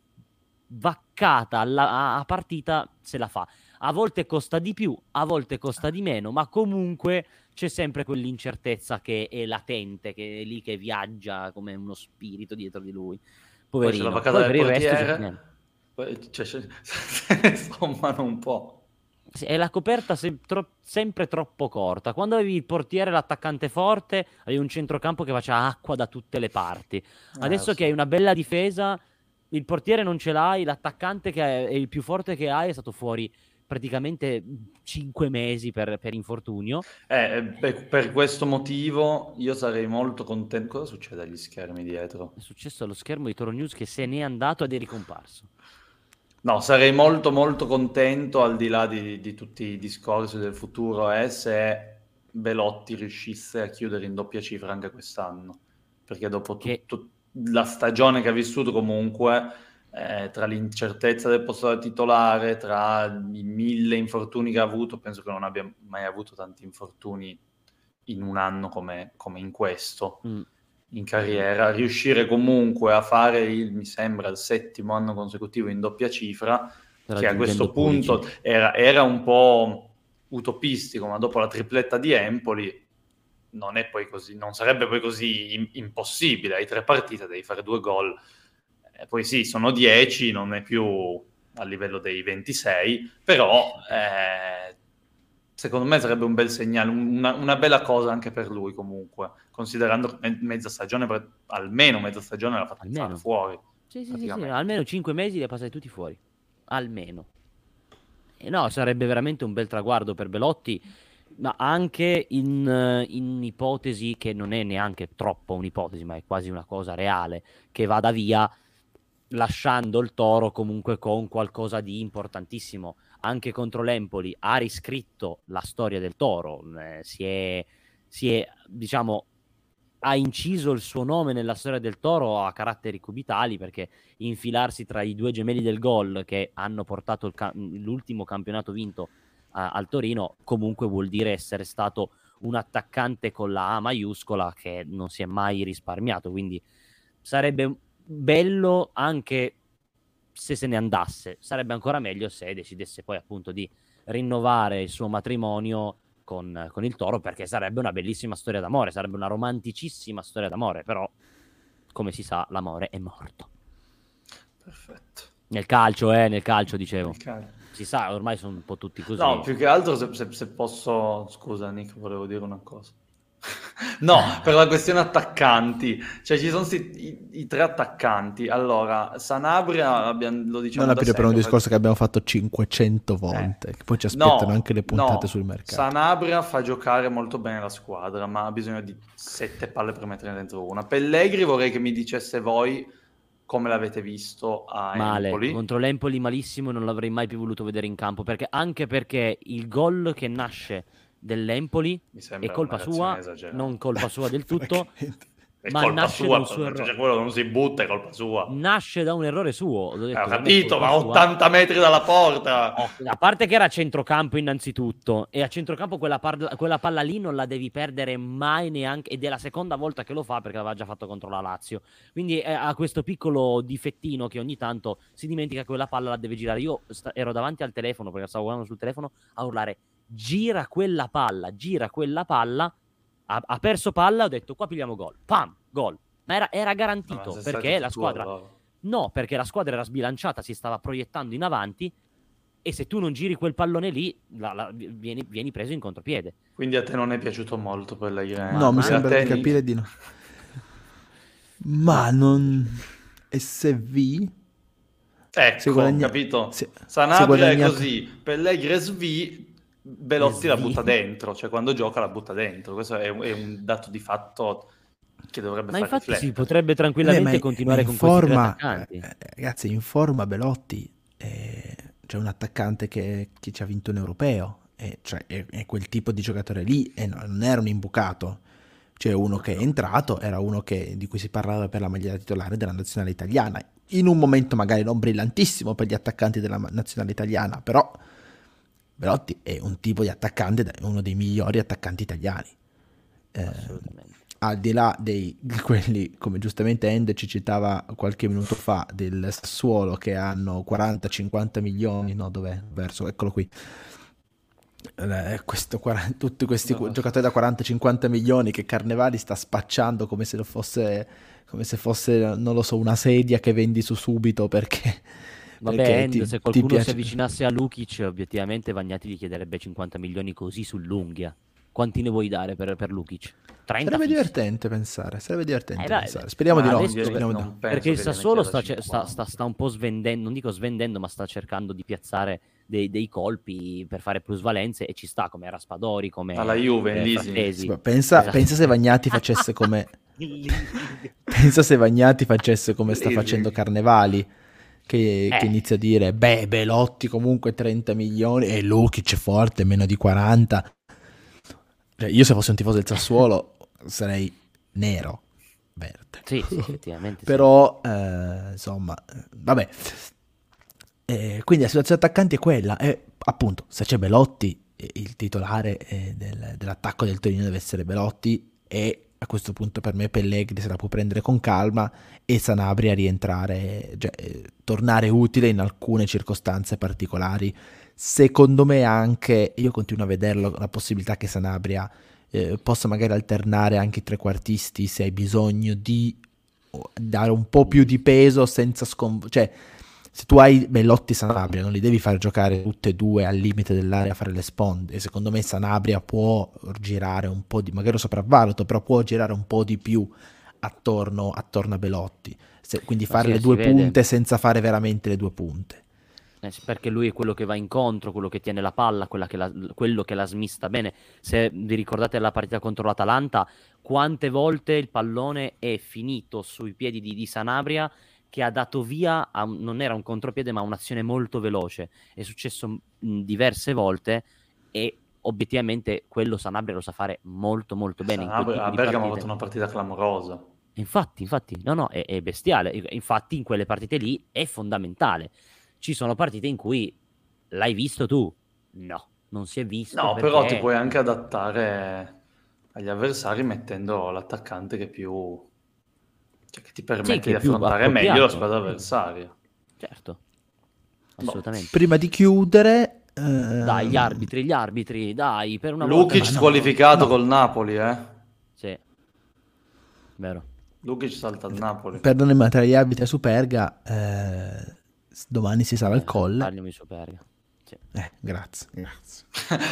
vaccata alla, a, a partita se la fa. A volte costa di più, a volte costa di meno, ma comunque c'è sempre quell'incertezza che è latente, che è lì che viaggia come uno spirito dietro di lui. Poi c'è la Poverino. vaccata Poi del per il resto portiere, gioca- poi cioè, se ne sommano un po'. Sì, è la coperta se- tro- sempre troppo corta. Quando avevi il portiere, l'attaccante forte, avevi un centrocampo che faceva acqua da tutte le parti. Adesso lo che so. hai una bella difesa, il portiere non ce l'hai, l'attaccante che è, è il più forte che hai è stato fuori praticamente cinque mesi per, per infortunio. Eh, beh, per questo motivo io sarei molto contento. Cosa succede agli schermi dietro? È successo allo schermo di Toro News che se n'è andato ed è ricomparso. No, sarei molto molto contento, al di là di, di tutti i discorsi del futuro, eh, se Belotti riuscisse a chiudere in doppia cifra anche quest'anno, perché dopo Che- tutta la stagione che ha vissuto comunque, eh, tra l'incertezza del posto da titolare, tra i mille infortuni che ha avuto, penso che non abbia mai avuto tanti infortuni in un anno come, come in questo. Mm. In carriera, riuscire comunque a fare il, mi sembra, il settimo anno consecutivo in doppia cifra, che a questo punto era, era un po' utopistico, ma dopo la tripletta di Empoli non è poi così, non sarebbe poi così in, impossibile. Hai tre partite, devi fare due gol. E poi sì, sono dieci, non è più a livello dei ventisei, però eh, secondo me sarebbe un bel segnale, una, una bella cosa anche per lui comunque, considerando che mezza stagione, almeno mezza stagione l'ha fatta Almeno. fuori. Sì, sì, sì, sì, almeno cinque mesi li ha passati tutti fuori. Almeno. E no, sarebbe veramente un bel traguardo per Belotti, ma anche in, in ipotesi che non è neanche troppo un'ipotesi, ma è quasi una cosa reale, che vada via lasciando il Toro comunque con qualcosa di importantissimo. Anche contro l'Empoli ha riscritto la storia del Toro, eh, si è, si è, diciamo, ha inciso il suo nome nella storia del Toro a caratteri cubitali, perché infilarsi tra i due gemelli del gol che hanno portato il ca- l'ultimo campionato vinto a- al Torino comunque vuol dire essere stato un attaccante con la A maiuscola che non si è mai risparmiato, quindi sarebbe bello anche se se ne andasse, sarebbe ancora meglio se decidesse poi appunto di rinnovare il suo matrimonio con, con il Toro, perché sarebbe una bellissima storia d'amore, sarebbe una romanticissima storia d'amore, però come si sa l'amore è morto. Perfetto. Nel calcio, eh, nel calcio dicevo. Nel calcio. Si sa, ormai sono un po' tutti così. No, più che altro se, se, se posso... Scusa Nick, volevo dire una cosa. No, per la questione attaccanti, cioè ci sono sti, i, i tre attaccanti. Allora, Sanabria abbiamo, lo diciamo non da aprire per un sempre, discorso che abbiamo fatto cinquecento volte, eh. che poi ci aspettano no, anche le puntate no. sul mercato. Sanabria fa giocare molto bene la squadra, ma ha bisogno di sette palle per mettere dentro una. Pellegri vorrei che mi dicesse voi come l'avete visto a Male, Empoli. contro l'Empoli malissimo, non l'avrei mai più voluto vedere in campo, perché anche perché il gol che nasce dell'Empoli è colpa sua, non colpa sua del tutto, è ma colpa nasce sua, da un suo errore. cioè quello non si butta, è colpa sua. Nasce da un errore suo, l'ho detto, Eh, ho capito, ma ottanta sua. metri dalla porta. Oh, a parte che era a centrocampo innanzitutto, e a centrocampo quella, par- quella palla lì non la devi perdere mai neanche, ed è la seconda volta che lo fa perché l'aveva già fatto contro la Lazio. Quindi eh, ha questo piccolo difettino che ogni tanto si dimentica che quella palla la deve girare. Io sta- ero davanti al telefono, perché stavo guardando sul telefono, a urlare gira quella palla, gira quella palla, ha, ha perso palla, ho detto qua pigliamo gol, pam, gol. Ma era, era garantito, no, perché la squadra... Allora. No, perché la squadra era sbilanciata, si stava proiettando in avanti, e se tu non giri quel pallone lì, la, la, vieni, vieni preso in contropiede. Quindi a te non è piaciuto molto Pellegrini? No, mi sembra di capire di no. Ma non... S V... Ecco, guadagna... capito? Se... Sanabria guadagnato... è così, Pellegrini S V, Belotti la butta dentro, cioè quando gioca la butta dentro. Questo è un, è un dato di fatto che dovrebbe ma far infatti riflettere. Si potrebbe tranquillamente eh, continuare con forma, questi attaccanti. Eh, ragazzi, in forma Belotti eh, c'è un attaccante che, che ci ha vinto un europeo, eh, cioè è, è quel tipo di giocatore lì, e non era un imbucato. Cioè uno che è entrato, era uno che, di cui si parlava per la maglia titolare della nazionale italiana, in un momento magari non brillantissimo per gli attaccanti della nazionale italiana, però Belotti è un tipo di attaccante, uno dei migliori attaccanti italiani. Eh, al di là dei quelli, come giustamente Ende ci citava qualche minuto fa, del Sassuolo, che hanno quaranta cinquanta milioni, no, dov'è? Verso, eccolo qui. Eh, questo, tutti questi no, giocatori da quaranta cinquanta milioni che Carnevali sta spacciando come se lo fosse, come se fosse, non lo so, una sedia che vendi su subito, perché vabbè, perché End, ti, se qualcuno ti piace... si avvicinasse a Lukic, obiettivamente Vagnati gli chiederebbe cinquanta milioni così sull'unghia. Quanti ne vuoi dare per, per Lukic? trenta sarebbe fissi. divertente pensare, sarebbe divertente eh, pensare. Speriamo di no, adesso, speriamo di no. Perché il Sassuolo sta, sta, sta, sta un po' svendendo, non dico svendendo, ma sta cercando di piazzare dei, dei colpi per fare plusvalenze, e ci sta, come Raspadori, come alla Juve, eh, sì, pensa, esatto. pensa se Vagnati facesse come pensa se Vagnati facesse come sta facendo Carnevali, che, eh. che inizia a dire beh, Belotti comunque trenta milioni e Lukic forte, meno di quaranta. Cioè, io se fossi un tifoso del Sassuolo sarei nero, verde. Sì, sì, effettivamente. Però, sì. eh, insomma, vabbè. Eh, quindi la situazione attaccanti è quella. E appunto, se c'è Belotti, il titolare eh, del, dell'attacco del Torino deve essere Belotti, e a questo punto per me Pellegrini se la può prendere con calma, e Sanabria rientrare, cioè, eh, tornare utile in alcune circostanze particolari. Secondo me anche, io continuo a vederlo, la possibilità che Sanabria eh, possa magari alternare anche i trequartisti se hai bisogno di dare un po' più di peso senza scon... cioè se tu hai Belotti e Sanabria non li devi far giocare tutte e due al limite dell'area a fare le sponde, e secondo me Sanabria può girare un po' di, magari lo sopravvaluto, però può girare un po' di più attorno, attorno a Belotti, se, quindi fare sì, le due punte vede. Senza fare veramente le due punte. Eh, perché lui è quello che va incontro, quello che tiene la palla, quella che la, quello che la smista bene. Se vi ricordate la partita contro l'Atalanta, quante volte il pallone è finito sui piedi di, di Sanabria, che ha dato via, a un, non era un contropiede ma un'azione molto veloce. È successo mh, diverse volte, e obiettivamente quello Sanabria lo sa fare molto molto bene. Sanabria, a Bergamo ha fatto una partita clamorosa. Infatti, infatti, no no, è, è bestiale. Infatti in quelle partite lì è fondamentale. Ci sono partite in cui l'hai visto tu? No, non si è visto. No, perché... però ti puoi anche adattare agli avversari mettendo l'attaccante che più... cioè che ti permette sì, che di affrontare meglio la squadra avversaria. Certo, assolutamente. No. Prima di chiudere... Ehm... Dai, gli arbitri, gli arbitri, dai, per una Lukic volta... squalificato no. col Napoli, eh? Sì, vero. Lukic salta al Napoli. Perdonami, tra gli arbitri a Superga... Eh... domani si sarà eh, il colle. Parliamo Superga. Sì. Eh, grazie, grazie.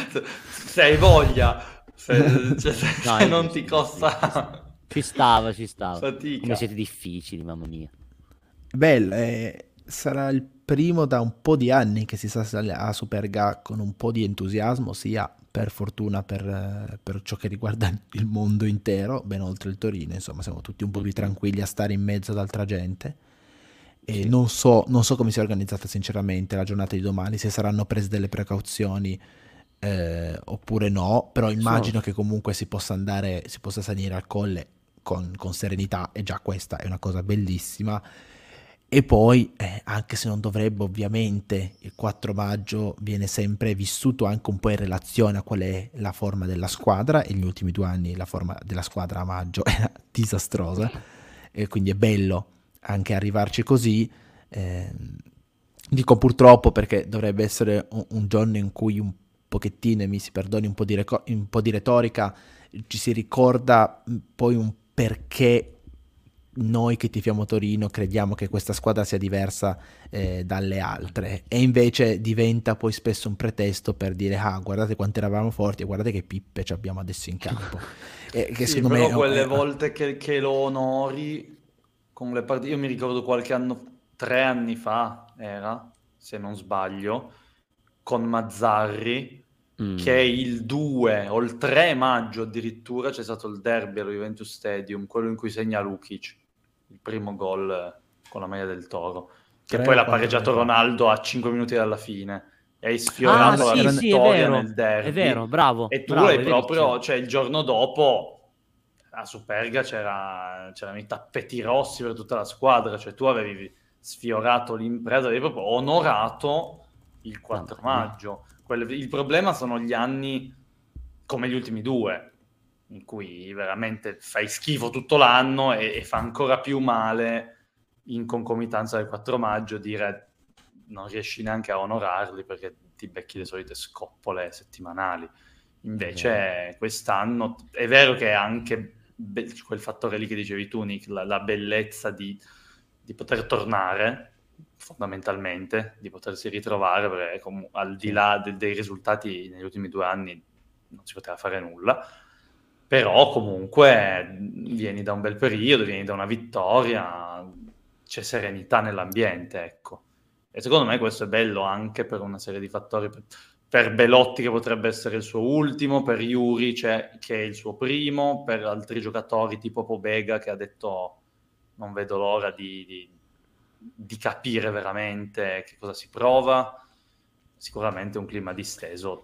Se hai voglia, se, cioè, se, no, se non ti costa... Ci stava, ci stava. Fatica. Come siete difficili, mamma mia. Bello, eh, sarà il primo da un po' di anni che si sta a Superga con un po' di entusiasmo, sia per fortuna per, per ciò che riguarda il mondo intero, ben oltre il Torino, insomma siamo tutti un po' più tranquilli a stare in mezzo ad altra gente. E sì. non, so, non so come sia organizzata sinceramente la giornata di domani, se saranno prese delle precauzioni eh, oppure no, però immagino so. che comunque si possa andare, si possa salire al colle con, con serenità, e già questa è una cosa bellissima. E poi eh, anche se non dovrebbe, ovviamente il quattro maggio viene sempre vissuto anche un po' in relazione a qual è la forma della squadra, e negli ultimi due anni la forma della squadra a maggio era disastrosa, e quindi è bello anche arrivarci così. Eh, dico purtroppo perché dovrebbe essere un, un giorno in cui un pochettino, e mi si perdoni un po' di, reco- un po' di retorica, ci si ricorda poi un perché noi che tifiamo Torino crediamo che questa squadra sia diversa eh, dalle altre, e invece diventa poi spesso un pretesto per dire ah guardate quanto eravamo forti e guardate che pippe ci abbiamo adesso in campo. E che sì, secondo però me quelle è... volte che, che lo onori con le partite, io mi ricordo qualche anno, tre anni fa era, se non sbaglio, con Mazzarri, mm. che il due o il tre maggio addirittura c'è stato il derby allo Juventus Stadium, quello in cui segna Lukic il primo gol con la maglia del Toro, che poi l'ha pareggiato Ronaldo a cinque minuti dalla fine, e hai sfiorato ah, la sì, vittoria sì, è vero, nel derby, è vero, bravo, e tu bravo, l'hai proprio, cioè il giorno dopo a Superga c'era, c'erano i tappeti rossi per tutta la squadra, cioè tu avevi sfiorato l'impresa, avevi proprio onorato il quattro no, maggio. Quelle, il problema sono gli anni come gli ultimi due, in cui veramente fai schifo tutto l'anno e, e fa ancora più male in concomitanza del quattro maggio dire non riesci neanche a onorarli perché ti becchi le solite scoppole settimanali. Invece quest'anno è vero che è anche be- quel fattore lì che dicevi tu, Nick, la, la bellezza di, di poter tornare fondamentalmente, di potersi ritrovare, perché com- al di là de- dei risultati negli ultimi due anni non si poteva fare nulla, però comunque vieni da un bel periodo, vieni da una vittoria, c'è serenità nell'ambiente, ecco. E secondo me questo è bello anche per una serie di fattori, per, per Belotti che potrebbe essere il suo ultimo, per Juric cioè, che è il suo primo, per altri giocatori tipo Pobega che ha detto non vedo l'ora di, di, di capire veramente che cosa si prova. Sicuramente un clima disteso.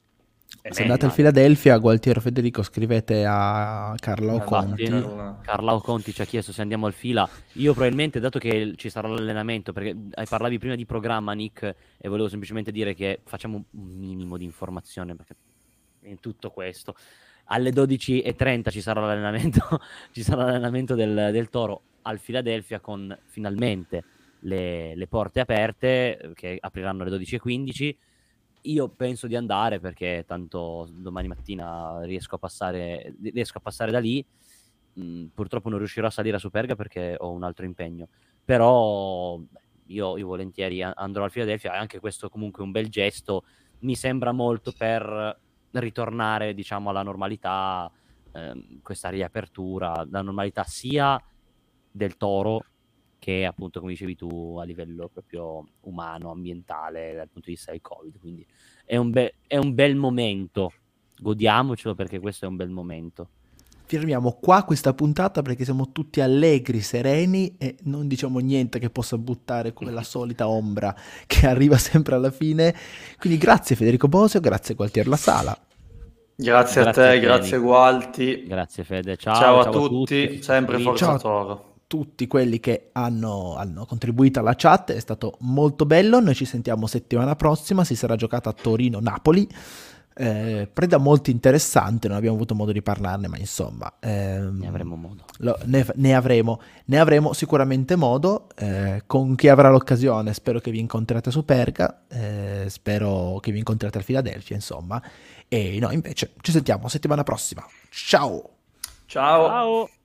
Se andate al Philadelphia, Gualtiero Federico, scrivete a Carla Oconti. Carla... Carla Oconti ci ha chiesto se andiamo al Fila. Io probabilmente, dato che ci sarà l'allenamento, perché parlavi prima di programma, Nick, e volevo semplicemente dire che facciamo un minimo di informazione perché in tutto questo. Alle dodici e trenta ci sarà l'allenamento, ci sarà l'allenamento del, del Toro al Philadelphia, con finalmente le, le porte aperte che apriranno alle dodici e quindici. Io penso di andare perché tanto domani mattina riesco a passare, riesco a passare da lì. Mm, purtroppo non riuscirò a salire a Superga perché ho un altro impegno. Però io, io volentieri andrò al Philadelphia, e anche questo comunque un bel gesto. Mi sembra molto per ritornare, diciamo, alla normalità, ehm, questa riapertura, la normalità sia del Toro che appunto, come dicevi tu, a livello proprio umano, ambientale, dal punto di vista del Covid. Quindi è un, be- è un bel momento, godiamocelo perché questo è un bel momento. Firmiamo qua questa puntata perché siamo tutti allegri, sereni e non diciamo niente che possa buttare quella solita ombra che arriva sempre alla fine. Quindi grazie Federico Bosio, grazie Gualtier La Sala. Grazie, grazie a te, grazie Gualti. Grazie Fede, ciao, ciao, a, ciao tutti. a tutti, sempre Forza Toro. Tutti quelli che hanno, hanno contribuito alla chat, è stato molto bello. Noi ci sentiamo settimana prossima, si sarà giocata a Torino-Napoli, eh, preda molto interessante, non abbiamo avuto modo di parlarne, ma insomma ehm, ne avremo modo lo, ne, ne, avremo, ne avremo sicuramente modo, eh, con chi avrà l'occasione. Spero che vi incontrate a Superga, eh, spero che vi incontrate al Philadelphia, insomma, e no, invece ci sentiamo settimana prossima. Ciao ciao, ciao.